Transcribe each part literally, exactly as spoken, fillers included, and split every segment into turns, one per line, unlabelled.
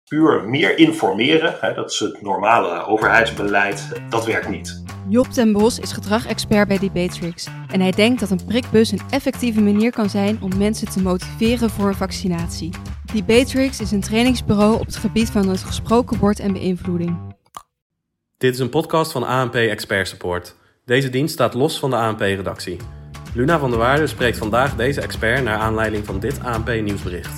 Puur meer informeren, hè, dat is het normale overheidsbeleid, dat werkt niet.
Job ten Bos is gedragsexpert bij D-Batrix en hij denkt dat een prikbus een effectieve manier kan zijn om mensen te motiveren voor een vaccinatie. D-Batrix is een trainingsbureau op het gebied van het gesproken woord en beïnvloeding.
Dit is een podcast van A N P Expert Support. Deze dienst staat los van de A N P-redactie. Luna van der Waarde spreekt vandaag deze expert naar aanleiding van dit A N P-nieuwsbericht.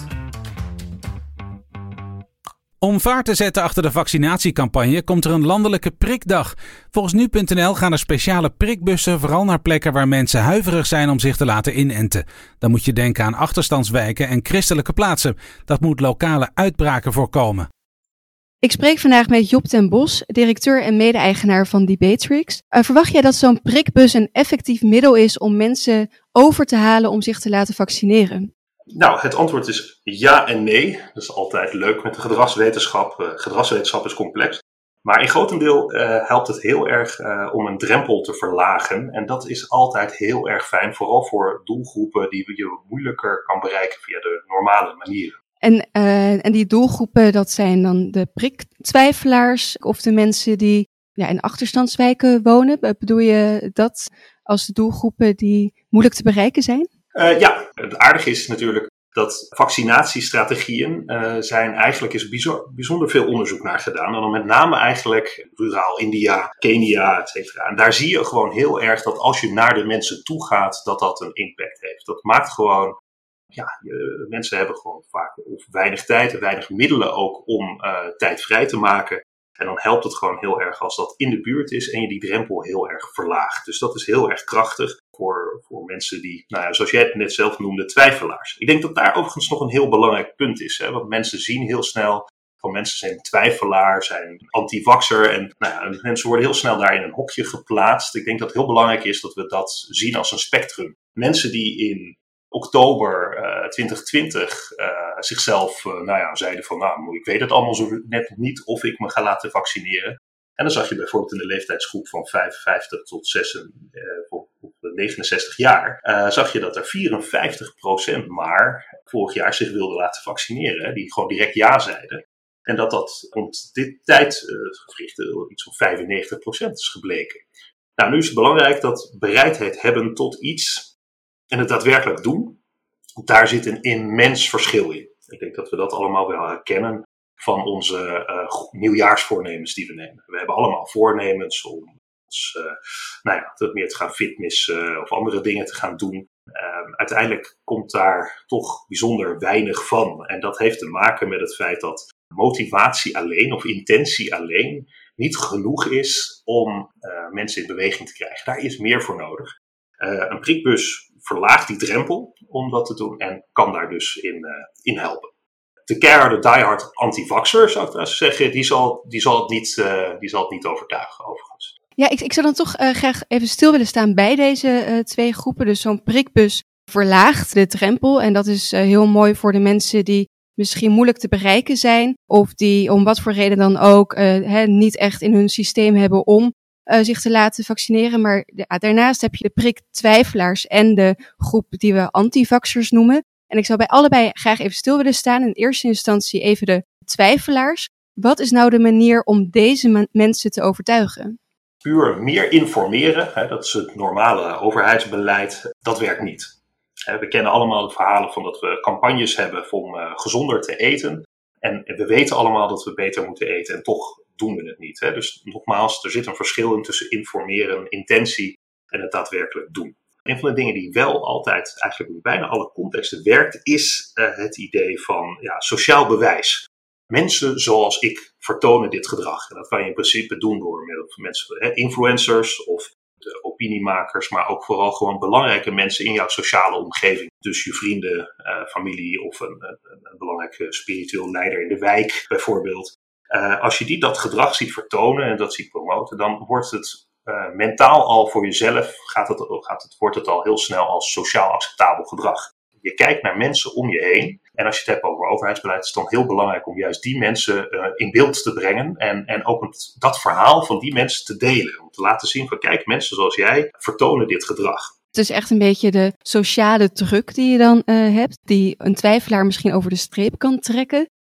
Om vaart te zetten achter de vaccinatiecampagne komt er een landelijke prikdag. Volgens nu punt n l gaan er speciale prikbussen vooral naar plekken waar mensen huiverig zijn om zich te laten inenten. Dan moet je denken aan achterstandswijken en christelijke plaatsen. Dat moet lokale uitbraken voorkomen.
Ik spreek vandaag met Job ten Bos, directeur en mede-eigenaar van D-Batrix. Uh, verwacht jij dat zo'n prikbus een effectief middel is om mensen over te halen om zich te laten vaccineren?
Nou, het antwoord is ja en nee. Dat is altijd leuk met de gedragswetenschap. Uh, gedragswetenschap is complex. Maar in grotendeel uh, helpt het heel erg uh, om een drempel te verlagen. En dat is altijd heel erg fijn, vooral voor doelgroepen die je moeilijker kan bereiken via de normale manieren.
En, uh, en die doelgroepen, dat zijn dan de priktwijfelaars of de mensen die ja, in achterstandswijken wonen. Bedoel je dat als de doelgroepen die moeilijk te bereiken zijn?
Uh, ja, het aardige is natuurlijk dat vaccinatiestrategieën uh, zijn eigenlijk is bijzonder, bijzonder veel onderzoek naar gedaan. En dan met name eigenlijk ruraal India, Kenia, et cetera. En daar zie je gewoon heel erg dat als je naar de mensen toe gaat, dat dat een impact heeft. Dat maakt gewoon, ja, je, mensen hebben gewoon vaak of weinig tijd en weinig middelen ook om uh, tijd vrij te maken. En dan helpt het gewoon heel erg als dat in de buurt is en je die drempel heel erg verlaagt. Dus dat is heel erg krachtig voor, voor mensen die, nou ja, zoals jij het net zelf noemde, twijfelaars. Ik denk dat daar overigens nog een heel belangrijk punt is. Hè? Want mensen zien heel snel van mensen zijn twijfelaar, zijn anti-vaxxer. En nou ja, mensen worden heel snel daar in een hokje geplaatst. Ik denk dat het heel belangrijk is dat we dat zien als een spectrum. Mensen die in oktober uh, twintig twintig uh, zichzelf uh, nou ja, zeiden van nou, ik weet het allemaal zo net niet of ik me ga laten vaccineren. En dan zag je bijvoorbeeld in de leeftijdsgroep van vijfenvijftig tot negenenzestig jaar, uh, zag je dat er vierenvijftig procent maar vorig jaar zich wilde laten vaccineren. Hè, die gewoon direct ja zeiden. En dat dat rond dit tijdgevricht uh, iets van vijfennegentig procent is gebleken. Nou, nu is het belangrijk dat bereidheid hebben tot iets en het daadwerkelijk doen, daar zit een immens verschil in. Ik denk dat we dat allemaal wel herkennen van onze uh, nieuwjaarsvoornemens die we nemen. We hebben allemaal voornemens om ons, uh, nou ja, wat meer te gaan fitnessen uh, of andere dingen te gaan doen. Uh, uiteindelijk komt daar toch bijzonder weinig van. En dat heeft te maken met het feit dat motivatie alleen of intentie alleen niet genoeg is om uh, mensen in beweging te krijgen. Daar is meer voor nodig. Uh, een prikbus verlaagt die drempel om dat te doen en kan daar dus in, uh, in helpen. De keiharde diehard anti-vaxxer, zou ik trouwens zeggen, die zal, die zal, het, niet, uh, die zal het niet overtuigen overigens.
Ja, ik, ik zou dan toch uh, graag even stil willen staan bij deze uh, twee groepen. Dus zo'n prikbus verlaagt de drempel en dat is uh, heel mooi voor de mensen die misschien moeilijk te bereiken zijn of die om wat voor reden dan ook uh, hè, niet echt in hun systeem hebben om Uh, zich te laten vaccineren. Maar de, uh, daarnaast heb je de priktwijfelaars en de groep die we antivaxers noemen. En ik zou bij allebei graag even stil willen staan. In eerste instantie even de twijfelaars. Wat is nou de manier om deze man- mensen te overtuigen?
Puur meer informeren, hè, dat is het normale overheidsbeleid, dat werkt niet. Hè, we kennen allemaal de verhalen van dat we campagnes hebben om uh, gezonder te eten. En we weten allemaal dat we beter moeten eten en toch doen we het niet. Hè? Dus nogmaals, er zit een verschil in tussen informeren, intentie en het daadwerkelijk doen. Een van de dingen die wel altijd, eigenlijk in bijna alle contexten werkt, is uh, het idee van ja, sociaal bewijs. Mensen zoals ik vertonen dit gedrag. En dat kan je in principe doen door middel van mensen, hè, influencers of de opiniemakers, maar ook vooral gewoon belangrijke mensen in jouw sociale omgeving. Dus je vrienden, uh, familie of een, een, een belangrijke spiritueel leider in de wijk bijvoorbeeld. Uh, als je die dat gedrag ziet vertonen en dat ziet promoten, dan wordt het uh, mentaal al voor jezelf, gaat het, gaat het, wordt het al heel snel als sociaal acceptabel gedrag. Je kijkt naar mensen om je heen en als je het hebt over overheidsbeleid, is het dan heel belangrijk om juist die mensen uh, in beeld te brengen en, en ook het, dat verhaal van die mensen te delen. Om te laten zien van kijk, mensen zoals jij vertonen dit gedrag.
Het is echt een beetje de sociale druk die je dan uh, hebt, die een twijfelaar misschien over de streep kan trekken.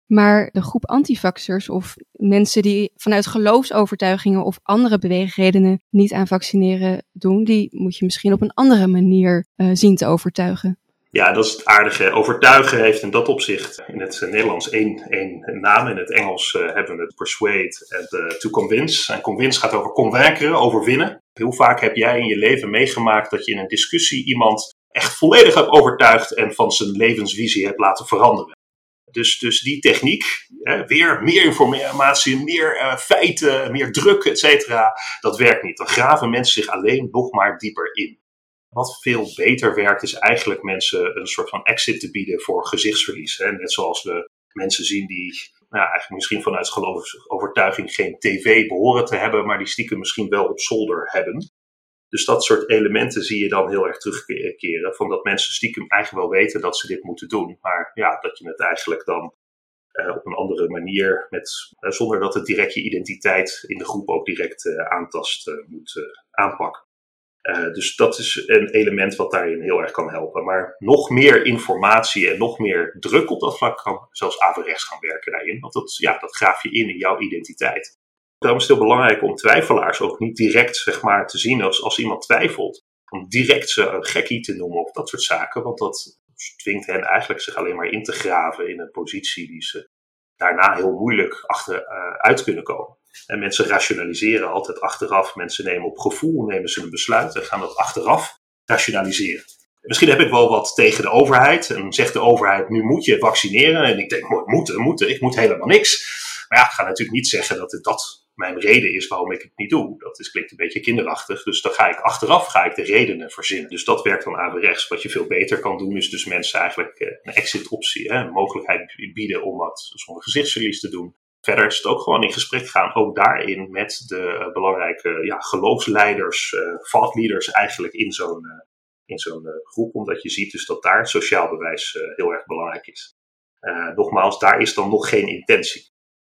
Maar de groep antivaxers of mensen die vanuit geloofsovertuigingen of andere beweegredenen niet aan vaccineren doen, die moet je misschien op een andere manier uh, zien te overtuigen.
Ja, dat is het aardige. Overtuigen heeft in dat opzicht in het Nederlands één, één naam. In het Engels uh, hebben we het persuade en uh, to convince. En convince gaat over convaincre, overwinnen. Hoe vaak heb jij in je leven meegemaakt dat je in een discussie iemand echt volledig hebt overtuigd en van zijn levensvisie hebt laten veranderen? Dus, dus die techniek, hè, weer meer informatie, meer uh, feiten, meer druk, et cetera, dat werkt niet. Dan graven mensen zich alleen nog maar dieper in. Wat veel beter werkt is eigenlijk mensen een soort van exit te bieden voor gezichtsverlies. Hè. Net zoals we mensen zien die nou, eigenlijk misschien vanuit geloofsovertuiging geen tv behoren te hebben, maar die stiekem misschien wel op zolder hebben. Dus dat soort elementen zie je dan heel erg terugkeren. Van dat mensen stiekem eigenlijk wel weten dat ze dit moeten doen. Maar ja, dat je het eigenlijk dan uh, op een andere manier, met, uh, zonder dat het direct je identiteit in de groep ook direct uh, aantast uh, moet uh, aanpakken. Uh, dus dat is een element wat daarin heel erg kan helpen. Maar nog meer informatie en nog meer druk op dat vlak kan zelfs averechts gaan werken daarin. Want dat, ja, dat graaf je in in jouw identiteit. Daarom is het heel belangrijk om twijfelaars ook niet direct zeg maar, te zien als, als iemand twijfelt. Om direct ze een gekkie te noemen of dat soort zaken. Want dat dwingt hen eigenlijk zich alleen maar in te graven in een positie die ze daarna heel moeilijk achteruit uh, kunnen komen. En mensen rationaliseren altijd achteraf. Mensen nemen op gevoel, nemen ze een besluit en gaan dat achteraf rationaliseren. Misschien heb ik wel wat tegen de overheid. En zegt de overheid, nu moet je vaccineren. En ik denk, moeten, moeten, ik moet helemaal niks. Maar ja, ik ga natuurlijk niet zeggen dat dat mijn reden is waarom ik het niet doe. Dat is, klinkt een beetje kinderachtig. Dus dan ga ik achteraf ga ik de redenen verzinnen. Dus dat werkt dan averechts. Wat je veel beter kan doen is dus mensen eigenlijk een exit optie, hè, een mogelijkheid bieden om wat zonder gezichtsverlies te doen. Verder is het ook gewoon in gesprek gaan, ook daarin met de uh, belangrijke ja, geloofsleiders, uh, thought leaders eigenlijk in zo'n, uh, in zo'n uh, groep. Omdat je ziet dus dat daar het sociaal bewijs uh, heel erg belangrijk is. Uh, nogmaals, daar is dan nog geen intentie.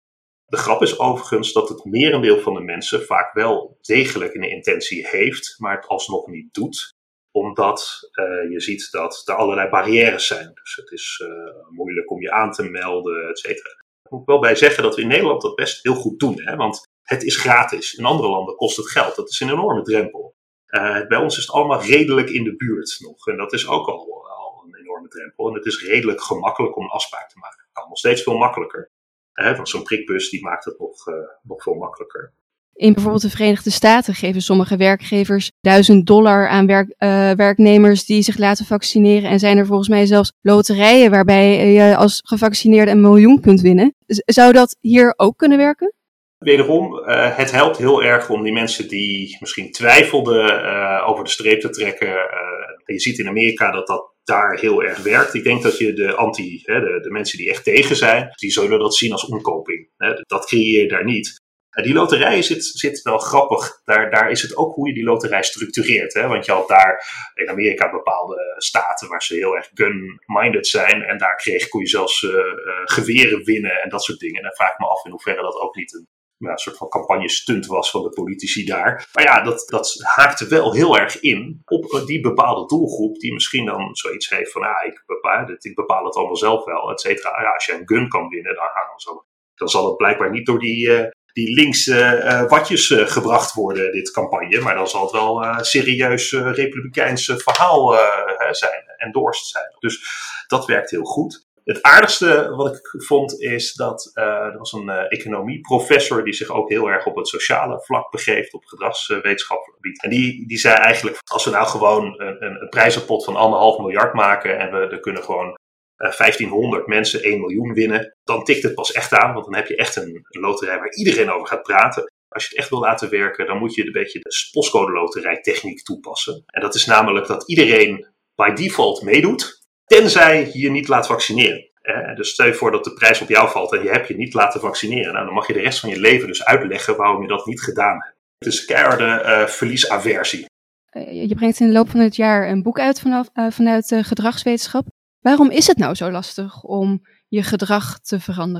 De grap is overigens dat het merendeel van de mensen vaak wel degelijk een intentie heeft, maar het alsnog niet doet. Omdat uh, je ziet dat er allerlei barrières zijn. Dus het is uh, moeilijk om je aan te melden, et cetera. Ik moet wel bij zeggen dat we in Nederland dat best heel goed doen. Hè? Want het is gratis. In andere landen kost het geld. Dat is een enorme drempel. Uh, bij ons is het allemaal redelijk in de buurt nog. En dat is ook al, al een enorme drempel. En het is redelijk gemakkelijk om een afspraak te maken. Het kan nog steeds veel makkelijker. Uh, want zo'n prikbus die maakt het nog, uh, nog veel makkelijker.
In bijvoorbeeld de Verenigde Staten geven sommige werkgevers duizend dollar aan werk, uh, werknemers die zich laten vaccineren. En zijn er volgens mij zelfs loterijen waarbij je als gevaccineerde een miljoen kunt winnen. Z- zou dat hier ook kunnen werken?
Wederom, uh, het helpt heel erg om die mensen die misschien twijfelden uh, over de streep te trekken. Uh, je ziet in Amerika dat dat daar heel erg werkt. Ik denk dat je de anti, hè, de, de mensen die echt tegen zijn, die zullen dat zien als omkoping. Hè. Dat creëer je daar niet. Uh, die loterij zit, zit wel grappig. Daar, daar is het ook hoe je die loterij structureert. Hè. Want je had daar in Amerika bepaalde staten waar ze heel erg gun-minded zijn. En daar kreeg, kon je zelfs uh, uh, geweren winnen en dat soort dingen. En dan vraag ik me af in hoeverre dat ook niet een Ja, een soort van campagne-stunt was van de politici daar. Maar ja, dat, dat haakte wel heel erg in op die bepaalde doelgroep die misschien dan zoiets heeft van, ah, ik bepaal, ik bepaal het allemaal zelf wel, et cetera. Ja, als je een gun kan winnen, dan, dan, zal, dan zal het blijkbaar niet door die, uh, die linkse uh, watjes uh, gebracht worden, dit campagne. Maar dan zal het wel een uh, serieus uh, republikeins verhaal uh, zijn, endorsed zijn. Dus dat werkt heel goed. Het aardigste wat ik vond is dat uh, er was een uh, economieprofessor die zich ook heel erg op het sociale vlak begeeft, op gedragswetenschappelijk gebied. En die, die zei eigenlijk, als we nou gewoon een, een, een prijzenpot van anderhalf miljard maken en we er kunnen gewoon uh, vijftienhonderd mensen één miljoen winnen, dan tikt het pas echt aan, want dan heb je echt een, een loterij waar iedereen over gaat praten. Als je het echt wil laten werken, dan moet je een beetje de postcode loterij techniek toepassen. En dat is namelijk dat iedereen by default meedoet, tenzij je je niet laat vaccineren. Eh, dus stel je voor dat de prijs op jou valt en je hebt je niet laten vaccineren. Nou, dan mag je de rest van je leven dus uitleggen waarom je dat niet gedaan hebt. Het is keiharde uh, verliesaversie.
Uh, je brengt in de loop van het jaar een boek uit vanaf, uh, vanuit uh, gedragswetenschap. Waarom is het nou zo lastig om je gedrag te veranderen?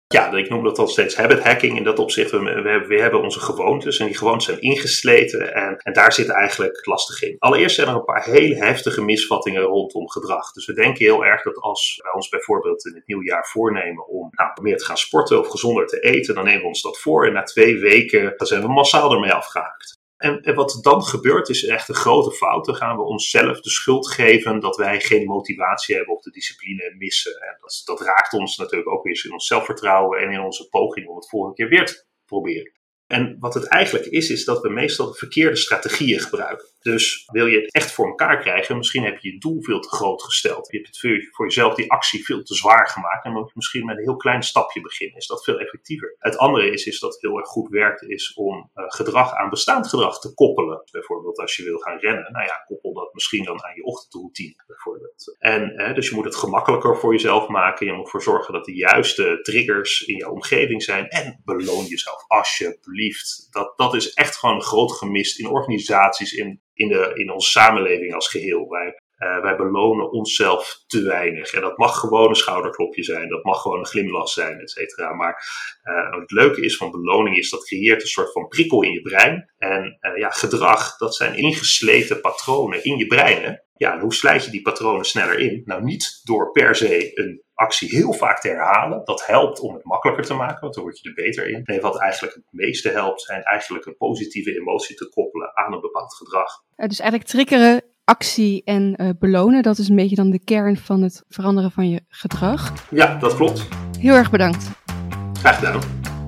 Ja, ik noem dat dan steeds habit hacking in dat opzicht. We, we, hebben, we hebben onze gewoontes en die gewoontes zijn ingesleten en, en daar zit eigenlijk het lastig in. Allereerst zijn er een paar hele heftige misvattingen rondom gedrag. Dus we denken heel erg dat als wij ons bijvoorbeeld in het nieuwe jaar voornemen om nou, meer te gaan sporten of gezonder te eten, dan nemen we ons dat voor en na twee weken dan zijn we massaal ermee afgehaakt. En, en wat dan gebeurt is echt een grote fout. Dan gaan we onszelf de schuld geven dat wij geen motivatie hebben of de discipline missen. En dat, dat raakt ons natuurlijk ook weer in ons zelfvertrouwen en in onze poging om het volgende keer weer te proberen. En wat het eigenlijk is, is dat we meestal de verkeerde strategieën gebruiken. Dus wil je het echt voor elkaar krijgen, misschien heb je je doel veel te groot gesteld. Je hebt het voor jezelf die actie veel te zwaar gemaakt en dan moet je misschien met een heel klein stapje beginnen. Is dat veel effectiever. Het andere is, is dat het heel erg goed werkt, is om uh, gedrag aan bestaand gedrag te koppelen. Bijvoorbeeld als je wil gaan rennen, nou ja, koppel dat misschien dan aan je ochtendroutine bijvoorbeeld. En uh, dus je moet het gemakkelijker voor jezelf maken. Je moet ervoor zorgen dat de juiste triggers in jouw omgeving zijn en beloon jezelf alsjeblieft. Dat, dat is echt gewoon een groot gemis in organisaties, in, in, de, in onze samenleving als geheel. Wij, uh, wij belonen onszelf te weinig. En dat mag gewoon een schouderklopje zijn, dat mag gewoon een glimlach zijn, et cetera. Maar uh, het leuke is van beloning is dat creëert een soort van prikkel in je brein. En uh, ja, gedrag, dat zijn ingesleten patronen in je brein. Hè? Ja, en hoe slijt je die patronen sneller in? Nou, niet door per se een actie heel vaak te herhalen. Dat helpt om het makkelijker te maken, want dan word je er beter in. Nee, wat eigenlijk het meeste helpt, zijn eigenlijk een positieve emotie te koppelen aan een bepaald gedrag.
Uh, dus eigenlijk triggeren, actie en uh, belonen, dat is een beetje dan de kern van het veranderen van je gedrag.
Ja, dat klopt.
Heel erg bedankt.
Graag gedaan.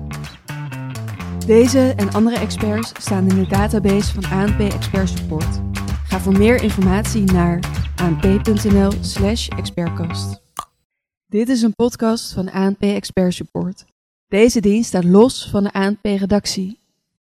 Deze en andere experts staan in de database van A N P Expert Support. Ga voor meer informatie naar anp.nl slash expertcast. Dit is een podcast van A N P Expert Support. Deze dienst staat los van de A N P-redactie